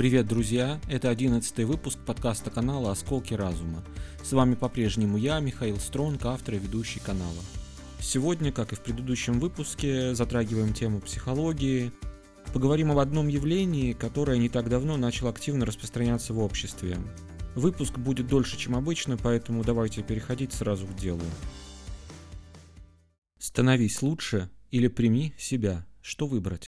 Привет, друзья! Это 11-й выпуск подкаста канала «Осколки разума». С вами по-прежнему я, Михаил Стронг, автор и ведущий канала. Сегодня, как и в предыдущем выпуске, затрагиваем тему психологии. Поговорим об одном явлении, которое не так давно начало активно распространяться в обществе. Выпуск будет дольше, чем обычно, поэтому давайте переходить сразу к делу. Становись лучше или прими себя. Что выбрать?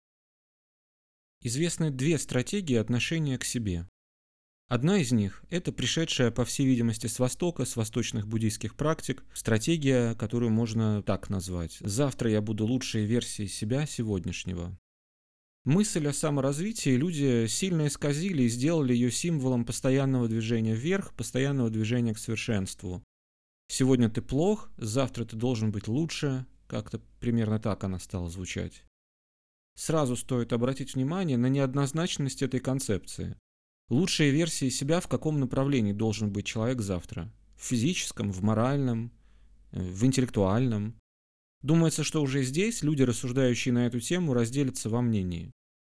Известны две стратегии отношения к себе. Одна из них – это пришедшая, по всей видимости, с Востока, с восточных буддийских практик, стратегия, которую можно так назвать: «Завтра я буду лучшей версией себя сегодняшнего». Мысль о саморазвитии люди сильно исказили и сделали ее символом постоянного движения вверх, постоянного движения к совершенству. Сегодня ты плох, завтра ты должен быть лучше, как-то примерно так она стала звучать. Сразу стоит обратить внимание на неоднозначность этой концепции. Лучшие версии себя в каком направлении должен быть человек завтра? В физическом, в моральном, в интеллектуальном? Думается, что уже здесь люди, рассуждающие на эту тему, разделятся во мнении.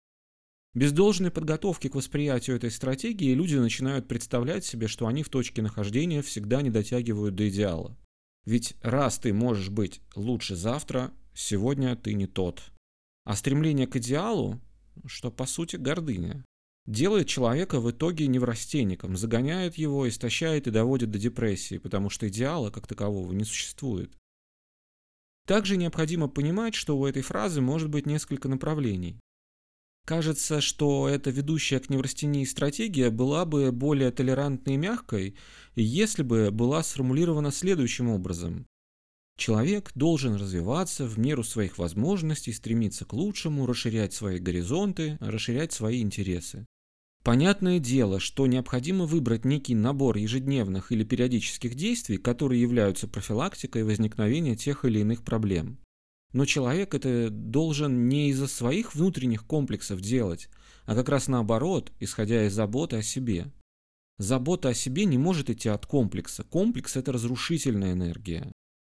Без должной подготовки к восприятию этой стратегии люди начинают представлять себе, что они в точке нахождения всегда не дотягивают до идеала. Ведь раз ты можешь быть лучше завтра, сегодня ты не тот. А стремление к идеалу, что по сути гордыня, делает человека в итоге неврастенником, загоняет его, истощает и доводит до депрессии, потому что идеала как такового не существует. Также необходимо понимать, что у этой фразы может быть несколько направлений. Кажется, что эта ведущая к неврастении стратегия была бы более толерантной и мягкой, если бы была сформулирована следующим образом. Человек должен развиваться в меру своих возможностей, стремиться к лучшему, расширять свои горизонты, расширять свои интересы. Понятное дело, что необходимо выбрать некий набор ежедневных или периодических действий, которые являются профилактикой возникновения тех или иных проблем. Но человек это должен не из-за своих внутренних комплексов делать, а как раз наоборот, исходя из заботы о себе. Забота о себе не может идти от комплекса. Комплекс – это разрушительная энергия.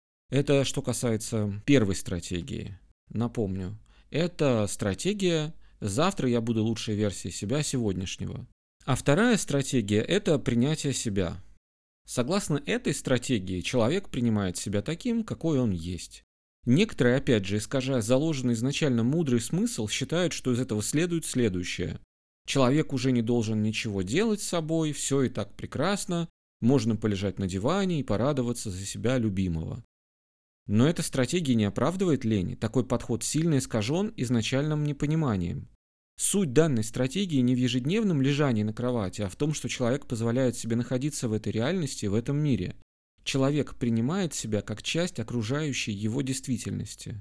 Это что касается первой стратегии. Напомню, это стратегия «завтра я буду лучшей версией себя сегодняшнего». А вторая стратегия – это принятие себя. Согласно этой стратегии, человек принимает себя таким, какой он есть. Некоторые, опять же, искажая заложенный изначально мудрый смысл, считают, что из этого следует следующее. Человек уже не должен ничего делать с собой, все и так прекрасно, можно полежать на диване и порадоваться за себя любимого. Но эта стратегия не оправдывает лени, такой подход сильно искажен изначальным непониманием. Суть данной стратегии не в ежедневном лежании на кровати, а в том, что человек позволяет себе находиться в этой реальности, в этом мире. Человек принимает себя как часть окружающей его действительности.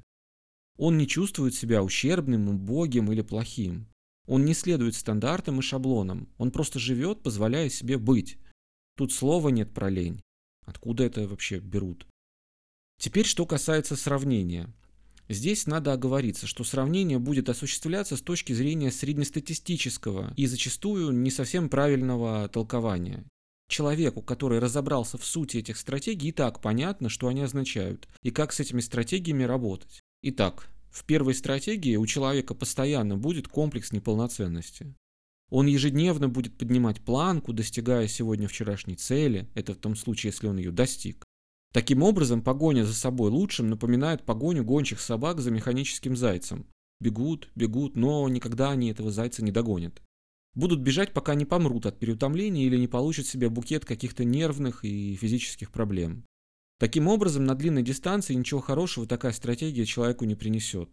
Он не чувствует себя ущербным, убогим или плохим. Он не следует стандартам и шаблонам, он просто живет, позволяя себе быть. Тут слова нет про лень. Откуда это вообще берут? Теперь, что касается сравнения. Здесь надо оговориться, что сравнение будет осуществляться с точки зрения среднестатистического и зачастую не совсем правильного толкования. Человеку, который разобрался в сути этих стратегий, и так понятно, что они означают, и как с этими стратегиями работать. Итак, в первой стратегии у человека постоянно будет комплекс неполноценности. Он ежедневно будет поднимать планку, достигая сегодня вчерашней цели, это в том случае, если он ее достиг. Таким образом, погоня за собой лучшим напоминает погоню гончих собак за механическим зайцем. Бегут, бегут, но никогда они этого зайца не догонят. Будут бежать, пока не помрут от переутомления или не получат себе букет каких-то нервных и физических проблем. Таким образом, на длинной дистанции ничего хорошего такая стратегия человеку не принесет.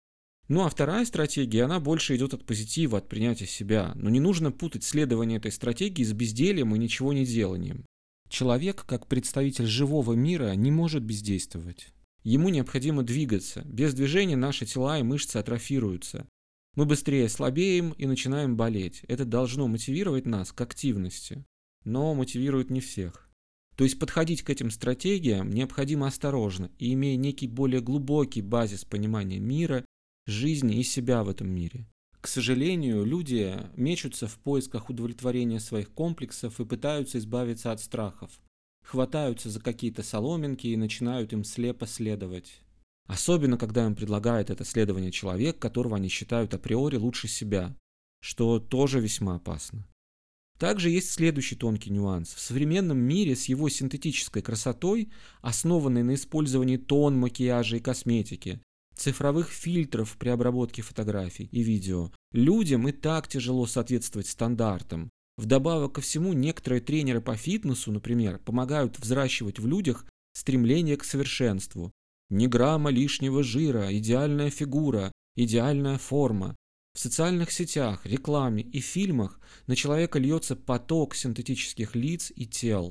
Ну а вторая стратегия, она больше идет от позитива, от принятия себя. Но не нужно путать следование этой стратегии с бездельем и ничего не деланием. Человек, как представитель живого мира, не может бездействовать. Ему необходимо двигаться. Без движения наши тела и мышцы атрофируются. Мы быстрее слабеем и начинаем болеть. Это должно мотивировать нас к активности. Но мотивирует не всех. То есть подходить к этим стратегиям необходимо осторожно и имея некий более глубокий базис понимания мира, жизни и себя в этом мире. К сожалению, люди мечутся в поисках удовлетворения своих комплексов и пытаются избавиться от страхов. Хватаются за какие-то соломинки и начинают им слепо следовать. Особенно, когда им предлагает это следование человек, которого они считают априори лучше себя. что тоже весьма опасно. Также есть следующий тонкий нюанс. В современном мире с его синтетической красотой, основанной на использовании тон макияжа и косметики, цифровых фильтров при обработке фотографий и видео, людям и так тяжело соответствовать стандартам. Вдобавок ко всему, некоторые тренеры по фитнесу, например, помогают взращивать в людях стремление к совершенству. Ни грамма лишнего жира, идеальная фигура, идеальная форма. В социальных сетях, рекламе и фильмах на человека льется поток синтетических лиц и тел.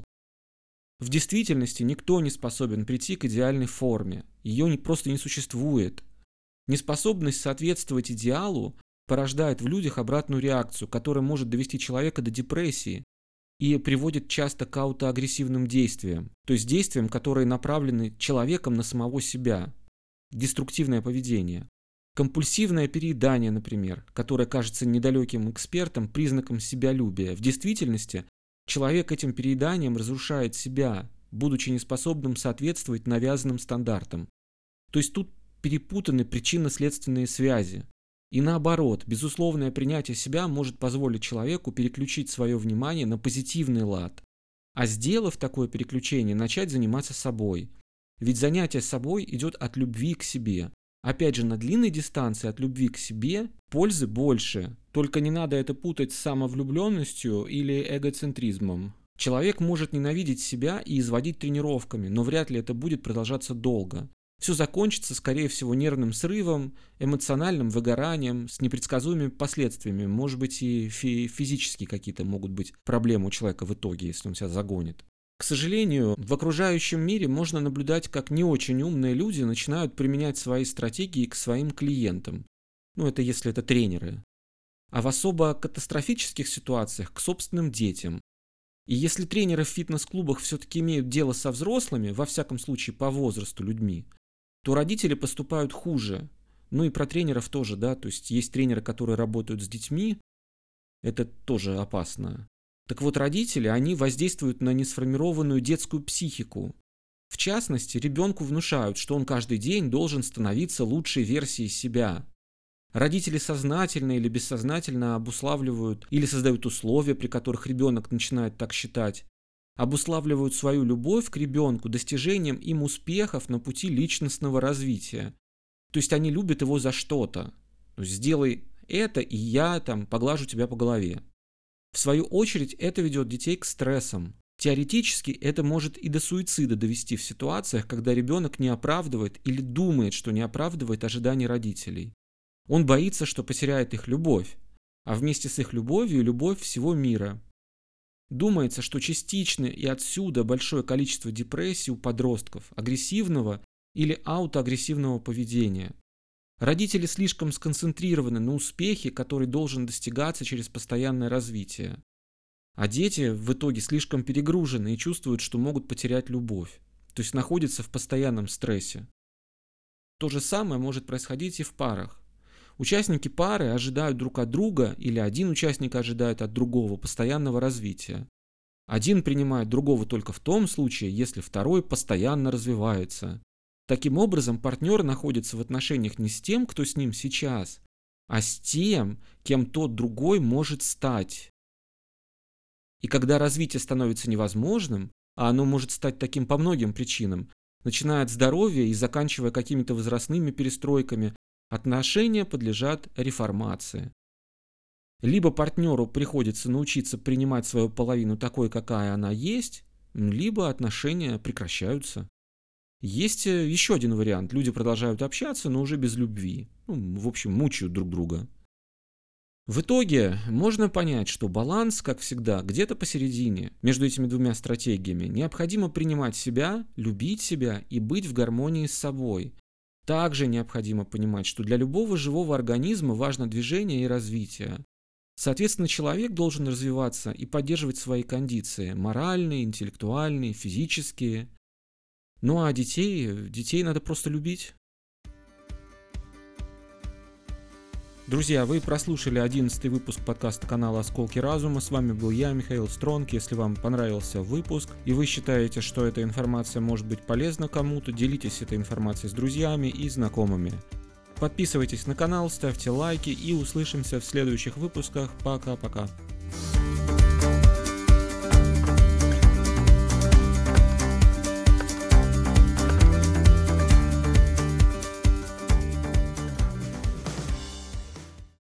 В действительности никто не способен прийти к идеальной форме, ее просто не существует. Неспособность соответствовать идеалу порождает в людях обратную реакцию, которая может довести человека до депрессии и приводит часто к аутоагрессивным действиям, то есть действиям, которые направлены человеком на самого себя. Деструктивное поведение. Компульсивное переедание, например, которое кажется недалеким экспертам признаком себялюбия. В действительности человек этим перееданием разрушает себя, будучи неспособным соответствовать навязанным стандартам. То есть тут перепутаны причинно-следственные связи. И наоборот, безусловное принятие себя может позволить человеку переключить свое внимание на позитивный лад. А сделав такое переключение, начать заниматься собой. Ведь занятие собой идет от любви к себе. Опять же, на длинной дистанции от любви к себе пользы больше. Только не надо это путать с самовлюбленностью или эгоцентризмом. Человек может ненавидеть себя и изводить тренировками, но вряд ли это будет продолжаться долго. Все закончится, скорее всего, нервным срывом, эмоциональным выгоранием с непредсказуемыми последствиями. Может быть, и физические какие-то могут быть проблемы у человека в итоге, если он себя загонит. К сожалению, в окружающем мире можно наблюдать, как не очень умные люди начинают применять свои стратегии к своим клиентам. Это если это тренеры. А в особо катастрофических ситуациях к собственным детям. И если тренеры в фитнес-клубах все-таки имеют дело со взрослыми, во всяком случае по возрасту людьми, то родители поступают хуже. И про тренеров тоже, да, то есть тренеры, которые работают с детьми, это тоже опасно. Так вот, родители, они воздействуют на несформированную детскую психику. В частности, ребенку внушают, что он каждый день должен становиться лучшей версией себя. Родители сознательно или бессознательно обуславливают или создают условия, при которых ребенок начинает так считать, обуславливают свою любовь к ребенку достижением им успехов на пути личностного развития. То есть они любят его за что-то. Сделай это, и я поглажу тебя по голове. В свою очередь, это ведет детей к стрессам. Теоретически это может и до суицида довести в ситуациях, когда ребенок не оправдывает или думает, что не оправдывает ожидания родителей. Он боится, что потеряет их любовь, а вместе с их любовью – любовь всего мира. Думается, что частично и отсюда большое количество депрессий у подростков, агрессивного или аутоагрессивного поведения. Родители слишком сконцентрированы на успехе, который должен достигаться через постоянное развитие. А дети в итоге слишком перегружены и чувствуют, что могут потерять любовь, то есть находятся в постоянном стрессе. То же самое может происходить и в парах. Участники пары ожидают друг от друга или один участник ожидает от другого постоянного развития. Один принимает другого только в том случае, если второй постоянно развивается. Таким образом, партнер находится в отношениях не с тем, кто с ним сейчас, а с тем, кем тот другой может стать. И когда развитие становится невозможным, а оно может стать таким по многим причинам, начиная от здоровья и заканчивая какими-то возрастными перестройками, отношения подлежат реформации. Либо партнеру приходится научиться принимать свою половину такой, какая она есть, либо отношения прекращаются. Есть еще один вариант. Люди продолжают общаться, но уже без любви. В общем, мучают друг друга. В итоге можно понять, что баланс, как всегда, где-то посередине, между этими двумя стратегиями. Необходимо принимать себя, любить себя и быть в гармонии с собой. Также необходимо понимать, что для любого живого организма важно движение и развитие. Соответственно, человек должен развиваться и поддерживать свои кондиции – моральные, интеллектуальные, физические. А детей надо просто любить. Друзья, вы прослушали 11-й выпуск подкаста канала «Осколки разума». С вами был я, Михаил Стронг. Если вам понравился выпуск и вы считаете, что эта информация может быть полезна кому-то, делитесь этой информацией с друзьями и знакомыми. Подписывайтесь на канал, ставьте лайки и услышимся в следующих выпусках. Пока-пока.